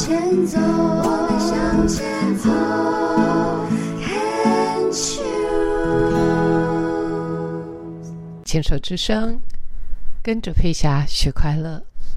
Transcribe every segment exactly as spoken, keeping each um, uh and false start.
前走，我们向前走 Can't choose。 牵手之声，跟着佩霞学快乐。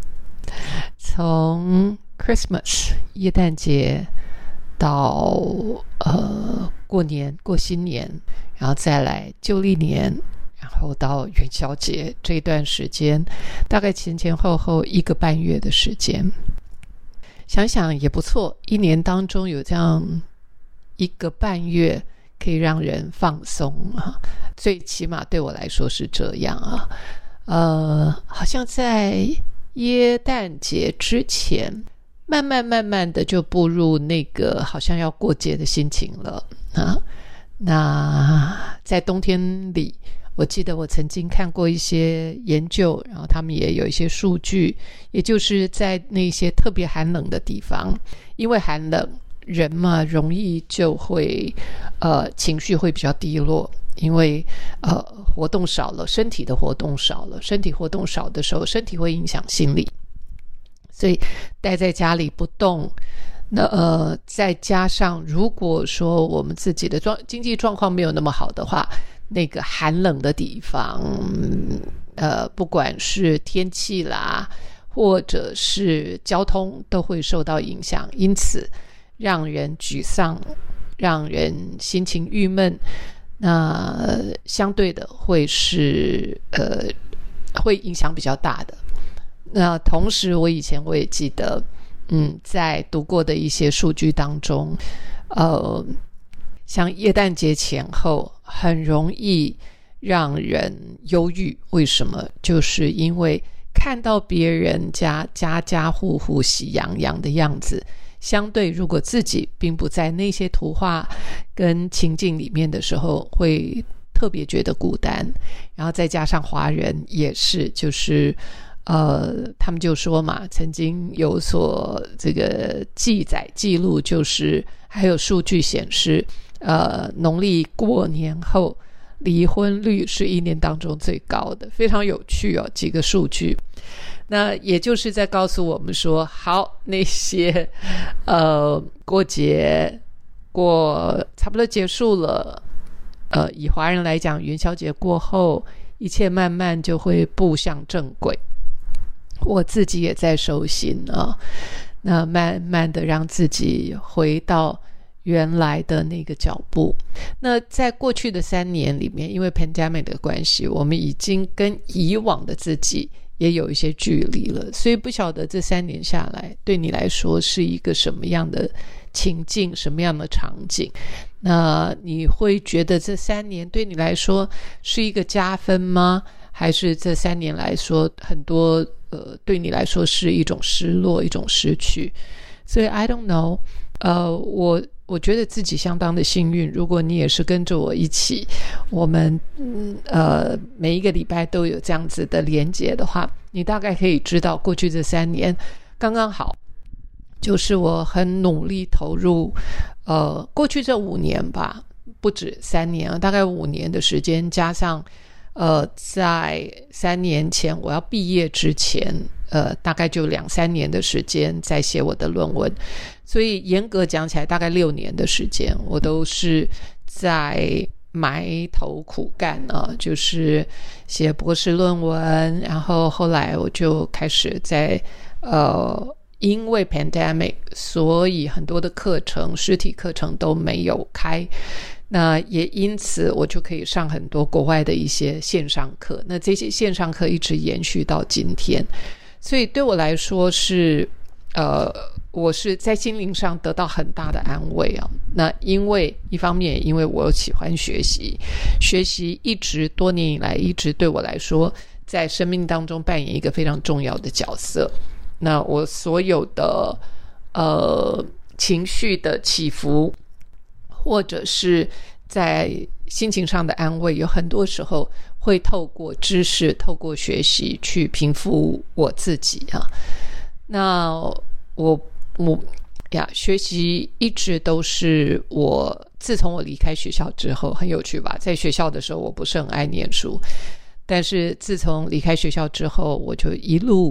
从 Christmas 耶诞节到呃过年过新年，然后再来旧历年，然后到元宵节，这一段时间大概前前后后一个半月的时间，想想也不错，一年当中有这样一个半月可以让人放松啊，最起码对我来说是这样啊。呃，好像在耶诞节之前慢慢慢慢的就步入那个好像要过节的心情了啊。那在冬天里，我记得我曾经看过一些研究，然后他们也有一些数据，也就是在那些特别寒冷的地方，因为寒冷人嘛容易就会呃情绪会比较低落，因为呃活动少了，身体的活动少了，身体活动少的时候，身体会影响心理，所以待在家里不动。那呃再加上如果说我们自己的状经济状况没有那么好的话，那个寒冷的地方，呃不管是天气啦或者是交通都会受到影响，因此让人沮丧，让人心情郁闷，那相对的会是呃会影响比较大的。那同时我以前我也记得嗯，在读过的一些数据当中，呃像耶诞节前后很容易让人忧郁，为什么？就是因为看到别人家家家户户喜洋洋的样子，相对如果自己并不在那些图画跟情境里面的时候，会特别觉得孤单。然后再加上华人也是，就是呃，他们就说嘛，曾经有所这个记载记录，就是还有数据显示，呃，农历过年后离婚率是一年当中最高的，非常有趣哦，几个数据。那也就是在告诉我们说，好，那些呃过节过差不多结束了，呃，以华人来讲，元宵节过后，一切慢慢就会步向正轨。我自己也在收心啊，那慢慢的让自己回到原来的那个脚步。那在过去的三年里面，因为 pandemic 的关系，我们已经跟以往的自己也有一些距离了，所以不晓得这三年下来对你来说是一个什么样的情境，什么样的场景。那你会觉得这三年对你来说是一个加分吗？还是这三年来说很多呃对你来说是一种失落，一种失去？所以 I don't know， 呃我我觉得自己相当的幸运，如果你也是跟着我一起，我们呃每一个礼拜都有这样子的连结的话，你大概可以知道过去这三年刚刚好，就是我很努力投入，呃过去这五年吧，不止三年，大概五年的时间，加上呃在三年前我要毕业之前，呃大概就两三年的时间在写我的论文，所以严格讲起来大概六年的时间我都是在埋头苦干啊，就是写博士论文，然后后来我就开始在呃因为 pandemic， 所以很多的课程实体课程都没有开，那也因此我就可以上很多国外的一些线上课，那这些线上课一直延续到今天，所以对我来说是呃，我是在心灵上得到很大的安慰啊。那因为一方面因为我喜欢学习，学习一直多年以来一直对我来说在生命当中扮演一个非常重要的角色，那我所有的呃情绪的起伏，或者是在心情上的安慰，有很多时候会透过知识，透过学习去平复我自己啊。那我我呀，学习一直都是我自从我离开学校之后，很有趣吧，在学校的时候我不是很爱念书，但是自从离开学校之后，我就一路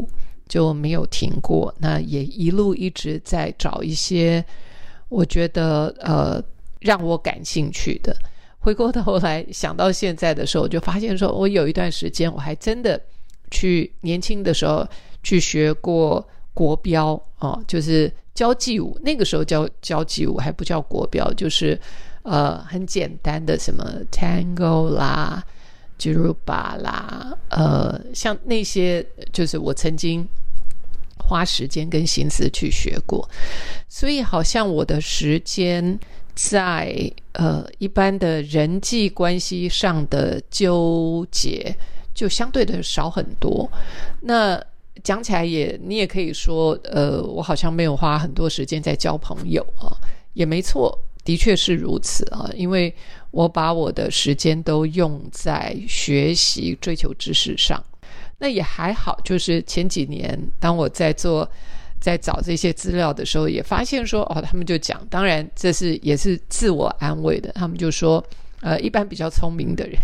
就没有停过，那也一路一直在找一些我觉得呃让我感兴趣的。回过头来想到现在的时候，我就发现说我有一段时间我还真的去年轻的时候去学过国标哦，就是交际舞，那个时候叫交际舞还不叫国标，就是呃很简单的什么 Tango 啦 Juruba 啦，呃像那些就是我曾经花时间跟心思去学过。所以好像我的时间在呃一般的人际关系上的纠结就相对的少很多。那讲起来也你也可以说呃我好像没有花很多时间在交朋友啊，也没错，的确是如此啊，因为我把我的时间都用在学习追求知识上。那也还好，就是前几年当我在做在找这些资料的时候，也发现说哦，他们就讲，当然这是也是自我安慰的，他们就说呃，一般比较聪明的人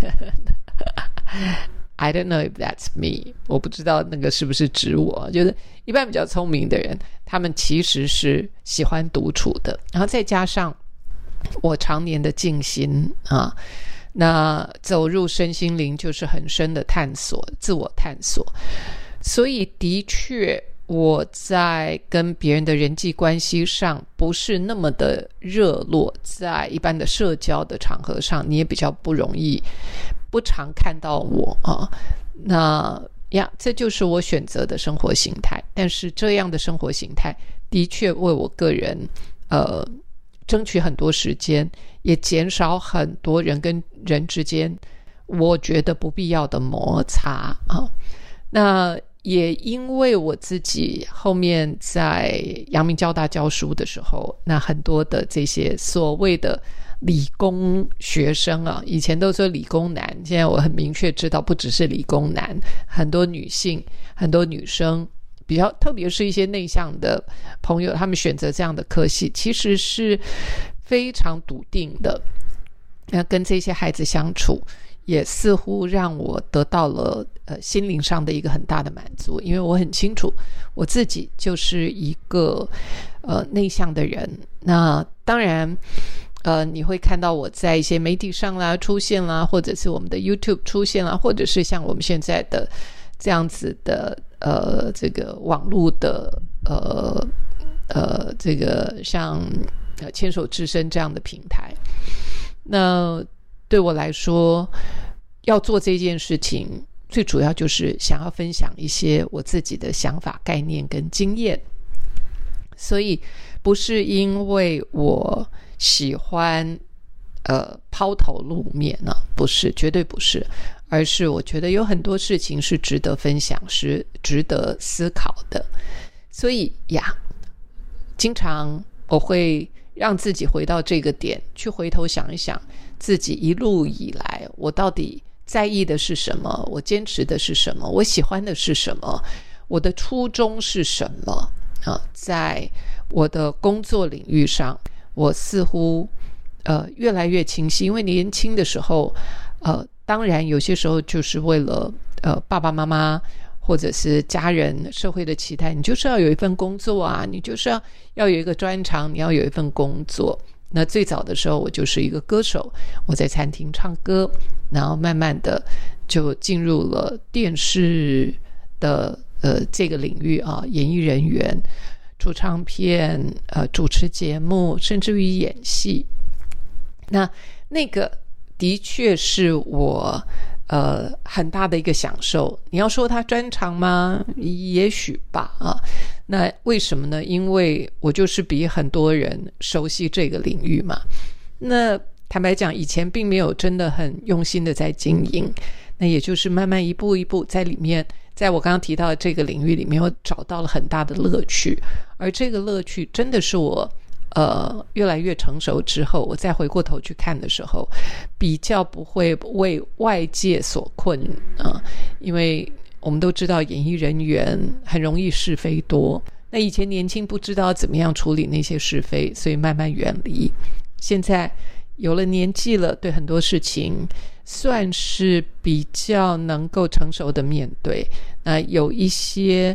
I don't know if that's me， 我不知道那个是不是指我，就是一般比较聪明的人，他们其实是喜欢独处的，然后再加上我常年的静心啊，那走入身心灵就是很深的探索，自我探索。所以的确我在跟别人的人际关系上不是那么的热络，在一般的社交的场合上你也比较不容易不常看到我啊。那呀，这就是我选择的生活形态，但是这样的生活形态的确为我个人呃争取很多时间，也减少很多人跟人之间我觉得不必要的摩擦啊。那也因为我自己后面在阳明交大教书的时候，那很多的这些所谓的理工学生啊，以前都说理工男，现在我很明确知道不只是理工男，很多女性很多女生比较特别是一些内向的朋友，他们选择这样的科系其实是非常笃定的。那跟这些孩子相处也似乎让我得到了呃心灵上的一个很大的满足，因为我很清楚我自己就是一个呃内向的人。那当然呃你会看到我在一些媒体上啦出现啦，或者是我们的 YouTube 出现啦，或者是像我们现在的这样子的呃这个网络的呃呃这个像呃牵手之声这样的平台。那对我来说要做这件事情最主要就是想要分享一些我自己的想法概念跟经验，所以不是因为我喜欢呃抛头露面呢、啊，不是，绝对不是，而是我觉得有很多事情是值得分享，是值得思考的。所以呀，经常我会让自己回到这个点，去回头想一想自己一路以来我到底在意的是什么，我坚持的是什么，我喜欢的是什么，我的初衷是什么啊？在我的工作领域上，我似乎呃越来越清晰。因为年轻的时候呃当然有些时候就是为了呃爸爸妈妈或者是家人社会的期待，你就是要有一份工作啊，你就是要要有一个专长，你要有一份工作。那最早的时候我就是一个歌手，我在餐厅唱歌，然后慢慢的就进入了电视的呃这个领域啊，演艺人员，出唱片，呃主持节目，甚至于演戏。那那个的确是我呃很大的一个享受。你要说它专长吗？也许吧啊。那为什么呢？因为我就是比很多人熟悉这个领域嘛。那坦白讲，以前并没有真的很用心的在经营，那也就是慢慢一步一步在里面，在我刚刚提到的这个领域里面，我找到了很大的乐趣。而这个乐趣真的是我呃越来越成熟之后，我再回过头去看的时候，比较不会为外界所困啊、呃，因为我们都知道演艺人员很容易是非多，那以前年轻不知道怎么样处理那些是非，所以慢慢远离。现在有了年纪了，对很多事情算是比较能够成熟的面对。那有一些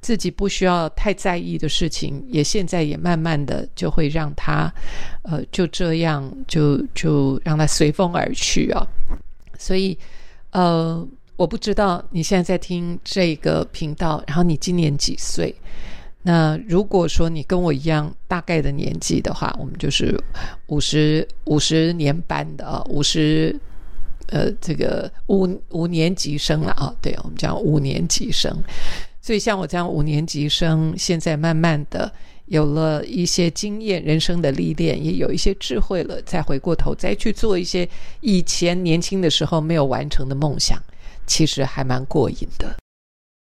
自己不需要太在意的事情，也现在也慢慢的就会让它呃就这样就就让它随风而去啊。所以呃我不知道你现在在听这个频道，然后你今年几岁？那如果说你跟我一样大概的年纪的话，我们就是五十五十年班的啊，五十呃这个五五年级生了啊，对，我们讲五年级生。所以像我这样五年级生，现在慢慢的有了一些经验，人生的历练，也有一些智慧了，再回过头再去做一些以前年轻的时候没有完成的梦想，其实还蛮过瘾的。